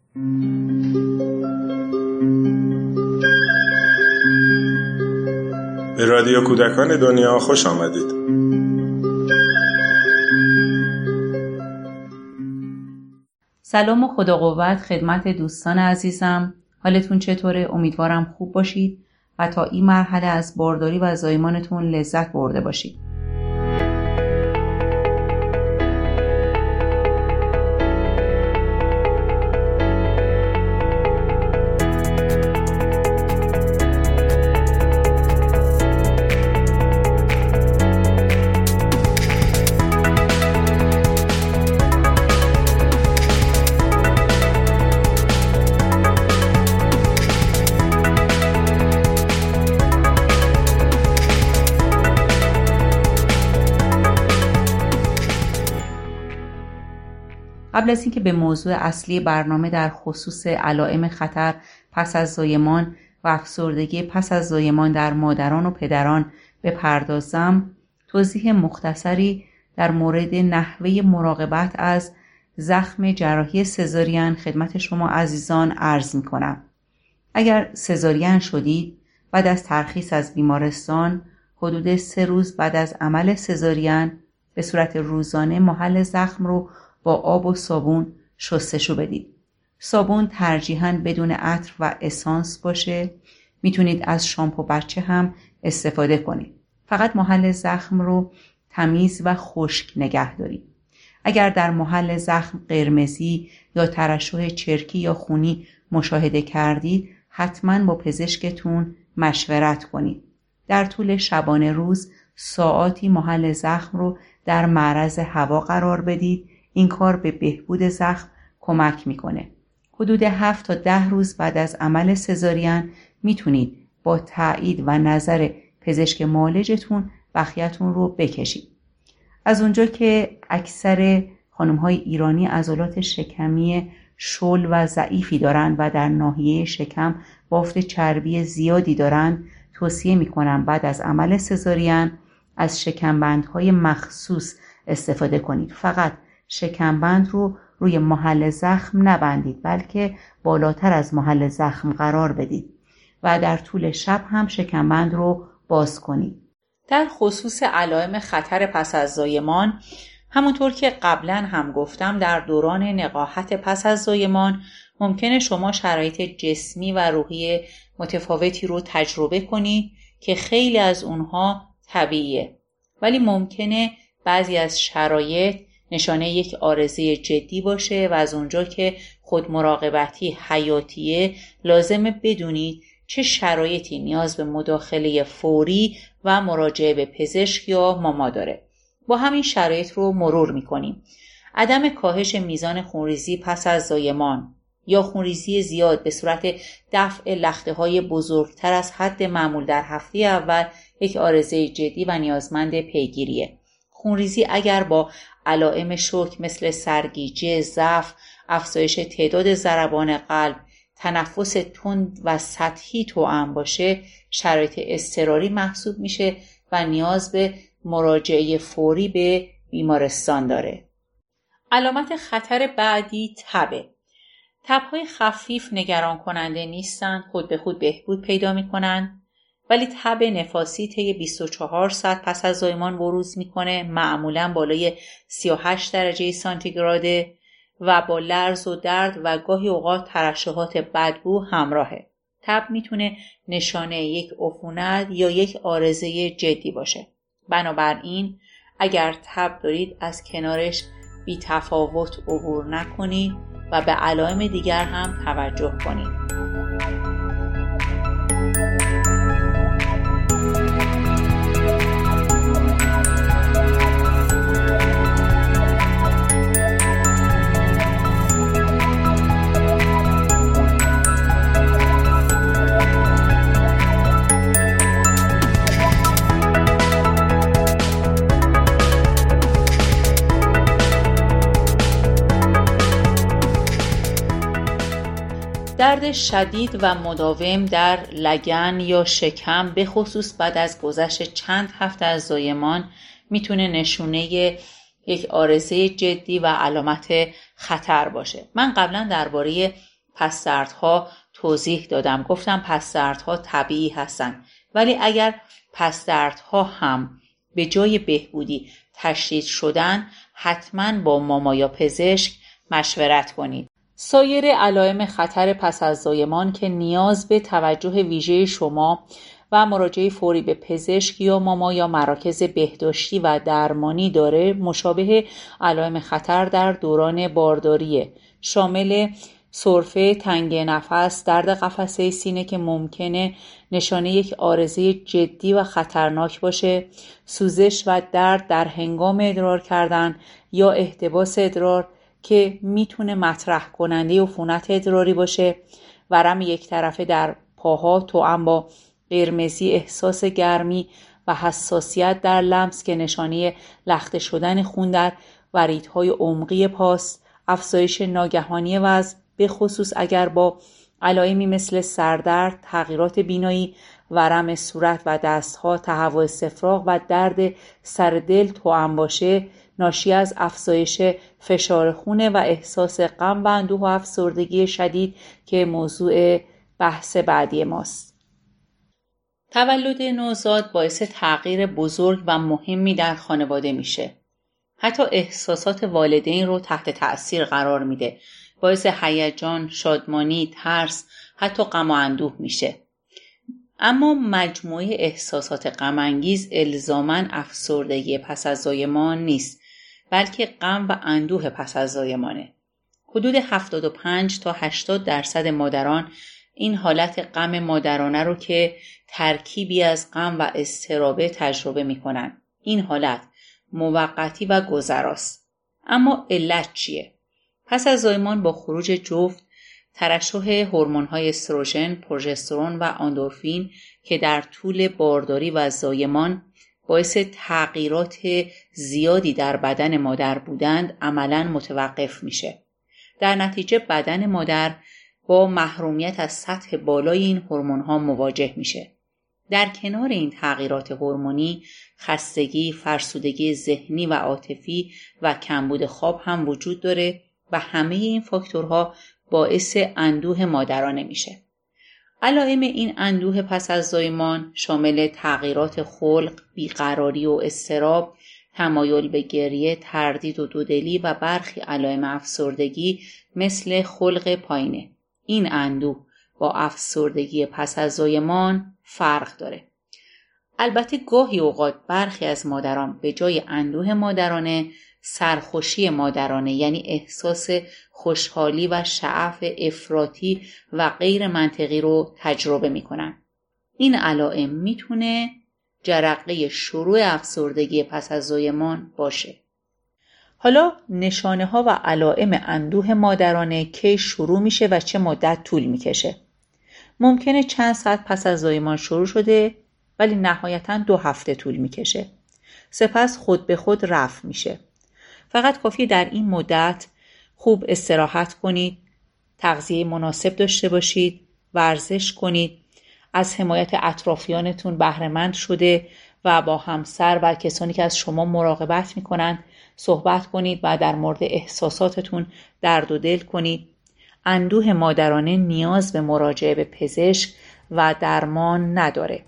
به رادیو کودکان دنیا خوش آمدید. سلام و خدا قوت خدمت دوستان عزیزم. حالتون چطوره؟ امیدوارم خوب باشید و تا این مرحله از بارداری و زایمانتون لذت برده باشید. قبل از اینکه به موضوع اصلی برنامه در خصوص علائم خطر پس از زایمان و افسردگی پس از زایمان در مادران و پدران بپردازم، توضیح مختصری در مورد نحوه مراقبت از زخم جراحی سزارین خدمت شما عزیزان عرض می کنم. اگر سزارین شدید، بعد از ترخیص از بیمارستان حدود 3 روز بعد از عمل سزارین به صورت روزانه محل زخم رو با آب و صابون شستشو بدید. صابون ترجیحاً بدون عطر و اسانس باشه. میتونید از شامپو بچه هم استفاده کنید. فقط محل زخم رو تمیز و خشک نگه دارید. اگر در محل زخم قرمزی یا ترشح چرکی یا خونی مشاهده کردید، حتماً با پزشکتون مشورت کنید. در طول شبانه روز ساعاتی محل زخم رو در معرض هوا قرار بدید. این کار به بهبود زخم کمک میکنه. حدود 7 تا 10 روز بعد از عمل سزارین میتونید با تایید و نظر پزشک معالجتون بخیتون رو بکشید. از اونجا که اکثر خانم‌های ایرانی عضلات شکمی شل و ضعیفی دارند و در ناحیه شکم بافت چربی زیادی دارند، توصیه میکنم بعد از عمل سزارین از شکمبندهای مخصوص استفاده کنید. فقط شکمبند رو روی محل زخم نبندید، بلکه بالاتر از محل زخم قرار بدید و در طول شب هم شکمبند رو باز کنید. در خصوص علائم خطر پس از زایمان، همونطور که قبلا هم گفتم، در دوران نقاهت پس از زایمان ممکنه شما شرایط جسمی و روحی متفاوتی رو تجربه کنید که خیلی از اونها طبیعیه، ولی ممکنه بعضی از شرایط نشانه یک عارضه جدی باشه و از اونجا که خود مراقبتی حیاتیه، لازمه بدونید چه شرایطی نیاز به مداخله فوری و مراجعه به پزشک یا ماما داره. با همین شرایط رو مرور میکنیم. عدم کاهش میزان خونریزی پس از زایمان یا خونریزی زیاد به صورت دفع لخته‌های بزرگتر از حد معمول در هفته اول یک عارضه جدی و نیازمند پیگیریه. خونریزی اگر با علائم شوک مثل سرگیجه، ضعف، افزایش تعداد ضربان قلب، تنفس تند و سطحی توأم باشه، شرایط اضطراری محسوب میشه و نیاز به مراجعه فوری به بیمارستان داره. علامت خطر بعدی تبه. تب‌های خفیف نگران کننده نیستن، خود به خود بهبود پیدا میکنن، ولی تب نفاسی طی 24 ساعت پس از زایمان بروز میکنه، معمولاً بالای 38 درجه سانتیگراده و با لرز و درد و گاهی اوقات ترشحات بدبو همراهه. تب میتونه نشانه یک عفونت یا یک عارضه جدی باشه. بنابراین اگر تب دارید از کنارش بی تفاوت عبور نکنید و به علائم دیگر هم توجه کنید. درد شدید و مداوم در لگن یا شکم به خصوص بعد از گذشت چند هفته از زایمان میتونه نشونه یک عارضه جدی و علامت خطر باشه. من قبلا درباره پس‌دردها توضیح دادم. گفتم پس‌دردها طبیعی هستند، ولی اگر پس‌دردها هم به جای بهبودی تشدید شدن، حتما با ماما یا پزشک مشورت کنید. سایر علائم خطر پس از زایمان که نیاز به توجه ویژه شما و مراجعه فوری به پزشک یا ماما یا مراکز بهداشتی و درمانی داره، مشابه علائم خطر در دوران بارداریه. شامل سرفه، تنگ نفس، درد قفسه سینه که ممکنه نشانه یک عارضه جدی و خطرناک باشه، سوزش و درد در هنگام ادرار کردن یا احتباس ادرار که میتونه مطرح کننده عفونت ادراری باشه، ورم یک طرفه در پاها توأم با قرمزی، احساس گرمی و حساسیت در لمس که نشانه لخته شدن خون در وریدهای عمقی پاست، افزایش ناگهانی وزن به خصوص اگر با علائمی مثل سردرد، تغییرات بینایی، ورم صورت و دستها، تهوع استفراغ و درد سر دل توأم باشه، ناشی از افزایش فشار خون و احساس غم و اندوه و افسردگی شدید که موضوع بحث بعدی ماست. تولد نوزاد باعث تغییر بزرگ و مهمی در خانواده میشه. حتی احساسات والدین رو تحت تأثیر قرار میده. باعث هیجان، شادمانی، ترس، حتی غم و اندوه میشه. اما مجموعه احساسات غم‌انگیز الزاماً افسردگی پس از زایمان نیست، بلکه غم و اندوه پس از زایمانه. حدود 75 تا 80% مادران این حالت غم مادرانه رو که ترکیبی از غم و اضطراب تجربه میکنن. این حالت موقتی و گذراست. اما علت چیه؟ پس از زایمان با خروج جفت، ترشح هورمون‌های استروژن، پروژسترون و اندورفین که در طول بارداری و زایمان باعث تغییرات زیادی در بدن مادر بودند، عملاً متوقف میشه. در نتیجه بدن مادر با محرومیت از سطح بالای این هورمون‌ها مواجه میشه. در کنار این تغییرات هورمونی، خستگی، فرسودگی ذهنی و عاطفی و کمبود خواب هم وجود داره و همه این فاکتورها باعث اندوه مادرانه میشه. علائم این اندوه پس از زایمان شامل تغییرات خلق، بیقراری و اضطراب، تمایل به گریه، تردید و دودلی و برخی علائم افسردگی مثل خلق پایینه. این اندوه با افسردگی پس از زایمان فرق داره. البته گاهی اوقات برخی از مادران به جای اندوه مادرانه سرخوشی مادرانه، یعنی احساس خوشحالی و شعف افراطی و غیر منطقی رو تجربه میکنن. این علائم میتونه جرقه شروع افسردگی پس از زایمان باشه. حالا نشانه ها و علائم اندوه مادرانه کی شروع میشه و چه مدت طول میکشه؟ ممکنه چند ساعت پس از زایمان شروع شده ولی نهایتاً 2 هفته طول میکشه. سپس خود به خود رفع میشه. فقط کافیه در این مدت خوب استراحت کنید، تغذیه مناسب داشته باشید، ورزش کنید، از حمایت اطرافیانتون بهره‌مند شده و با همسر و کسانی که از شما مراقبت میکنند صحبت کنید و در مورد احساساتتون درد و دل کنید. اندوه مادرانه نیاز به مراجعه به پزشک و درمان نداره،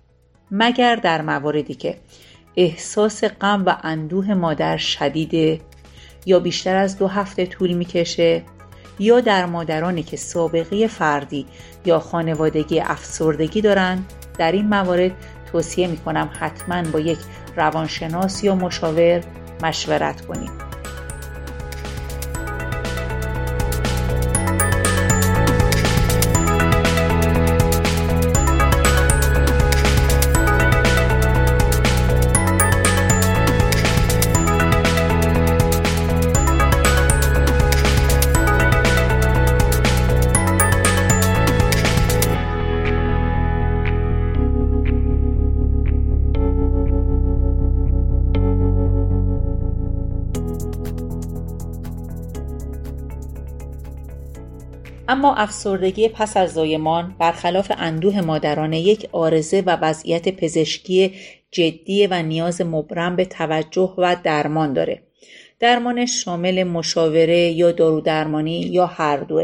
مگر در مواردی که احساس غم و اندوه مادر شدیده یا بیشتر از 2 هفته طول میکشه، یا در مادرانی که سابقه فردی یا خانوادگی افسردگی دارن. در این موارد توصیه میکنم حتما با یک روانشناس یا مشاور مشورت کنید. اما افسردگی پس از زایمان برخلاف اندوه مادرانه یک عارضه و وضعیت پزشکی جدی و نیاز مبرم به توجه و درمان داره. درمانش شامل مشاوره یا دارودرمانی یا هر دوه.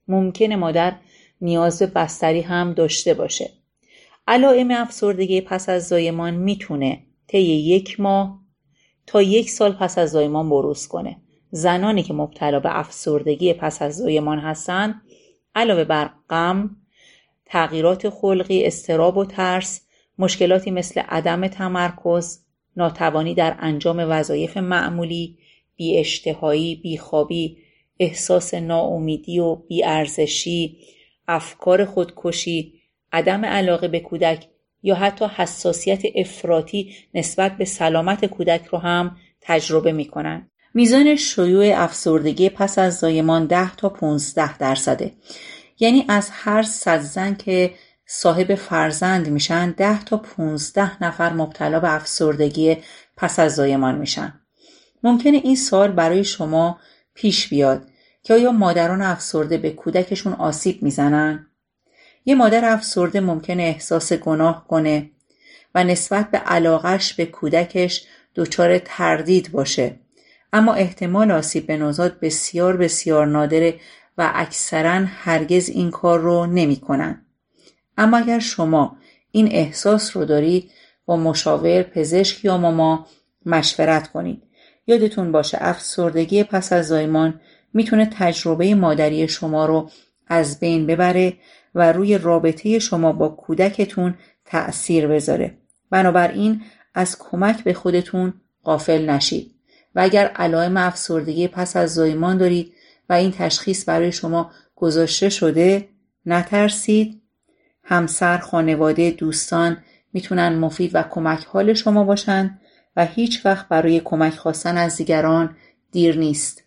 ممکنه مادر نیاز به بستری هم داشته باشه. علائم افسردگی پس از زایمان میتونه طی 1 ماه تا 1 سال پس از زایمان بروز کنه. زنانی که مبتلا به افسردگی پس از زایمان هستن علاوه بر غم، تغییرات خلقی، اضطراب و ترس، مشکلاتی مثل عدم تمرکز، ناتوانی در انجام وظایف معمولی، بی‌اشتهایی، بیخوابی، احساس ناامیدی و بی‌ارزشی، افکار خودکشی، عدم علاقه به کودک یا حتی حساسیت افراطی نسبت به سلامت کودک رو هم تجربه می‌کنن. میزان شیوع افسردگی پس از زایمان 10 تا 15%. یعنی از هر 100 زن که صاحب فرزند میشن 10 تا 15 نفر مبتلا به افسردگی پس از زایمان میشن. ممکنه این سوال برای شما پیش بیاد که آیا مادران افسرده به کودکشون آسیب میزنن؟ یه مادر افسرده ممکنه احساس گناه کنه و نسبت به علاقش به کودکش دچار تردید باشه، اما احتمال آسیب به نوزاد بسیار بسیار نادره و اکثراً هرگز این کار رو نمی کنن. اما اگر شما این احساس رو دارید با مشاور، پزشک یا ماما مشورت کنید. یادتون باشه افسردگی پس از زایمان میتونه تجربه مادری شما رو از بین ببره و روی رابطه شما با کودکتون تأثیر بذاره. بنابراین از کمک به خودتون غافل نشید و اگر علائم افسردگی پس از زایمان دارید و این تشخیص برای شما گذاشته شده، نترسید. همسر، خانواده، دوستان میتونن مفید و کمک حال شما باشن و هیچ وقت برای کمک خواستن از دیگران دیر نیست.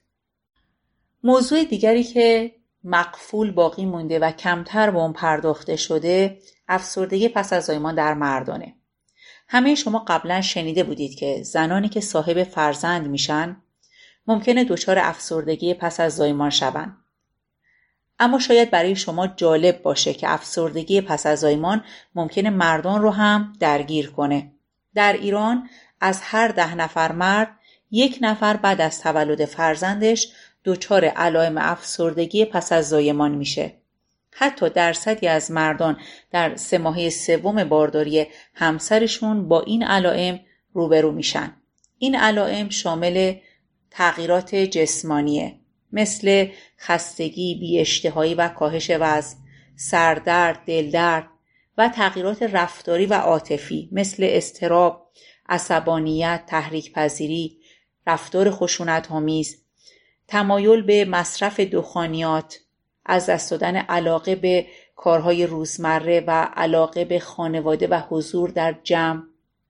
موضوع دیگری که مقفول باقی مونده و کمتر به اون پرداخته شده، افسردگی پس از زایمان در مردانه. همه شما قبلا شنیده بودید که زنانی که صاحب فرزند میشن ممکنه دچار افسردگی پس از زایمان شون. اما شاید برای شما جالب باشه که افسردگی پس از زایمان ممکنه مردان رو هم درگیر کنه. در ایران از هر 10 نفر مرد 1 نفر بعد از تولد فرزندش دچار علائم افسردگی پس از زایمان میشه. حتی درصدی از مردان در 3 ماهه سوم بارداری همسرشون با این علائم روبرو میشن. این علائم شامل تغییرات جسمانیه مثل خستگی، بی‌اشتهایی و کاهش وزن، سردرد، دلدرد و تغییرات رفتاری و عاطفی مثل اضطراب، عصبانیت، تحریک پذیری، رفتار خشونت‌آمیز، تمایل به مصرف دخانیات، از دست دادن علاقه به کارهای روزمره و علاقه به خانواده و حضور در جمع.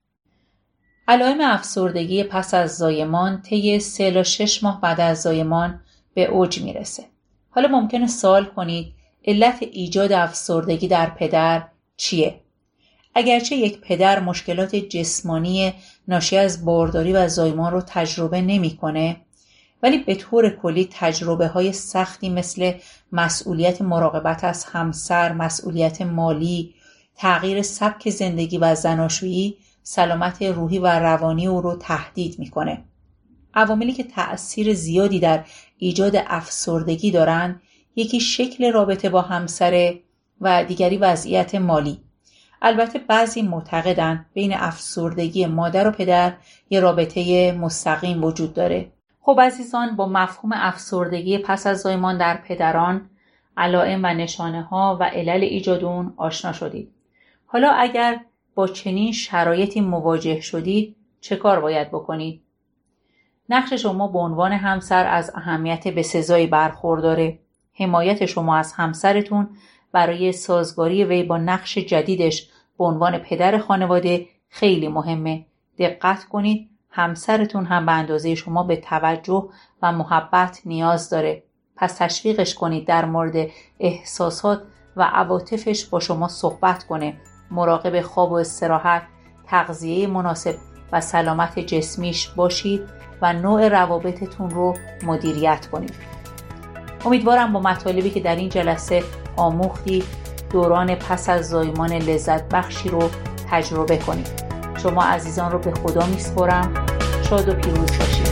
علائم افسردگی پس از زایمان طی 3 تا 6 ماه بعد از زایمان به اوج میرسه. حالا ممکنه سوال کنید علت ایجاد افسردگی در پدر چیه؟ اگرچه یک پدر مشکلات جسمانی ناشی از بارداری و زایمان رو تجربه نمی‌کنه، ولی به طور کلی تجربه‌های سختی مثل مسئولیت مراقبت از همسر، مسئولیت مالی، تغییر سبک زندگی و زناشویی سلامت روحی و روانی او رو تهدید می‌کنه. عواملی که تأثیر زیادی در ایجاد افسردگی دارن، یکی شکل رابطه با همسر و دیگری وضعیت مالی. البته بعضی معتقدن بین افسردگی مادر و پدر یه رابطه مستقیم وجود داره. خب عزیزان، با مفهوم افسردگی پس از زایمان در پدران، علائم و نشانه‌ها و علل ایجاد اون آشنا شدید. حالا اگر با چنین شرایطی مواجه شدید، چه کار باید بکنید؟ نقش شما به عنوان همسر از اهمیت بسزایی برخورداره. حمایت شما از همسرتون برای سازگاری وی با نقش جدیدش به عنوان پدر خانواده خیلی مهمه. دقت کنید همسرتون هم به اندازه شما به توجه و محبت نیاز داره. پس تشویقش کنید در مورد احساسات و عواطفش با شما صحبت کنه. مراقب خواب و استراحت، تغذیه مناسب و سلامت جسمیش باشید و نوع روابطتون رو مدیریت کنید. امیدوارم با مطالبی که در این جلسه آموختی دوران پس از زایمان لذت بخشی رو تجربه کنید. شما عزیزان رو به خدا میسپارم. شاد و پیروز باشید.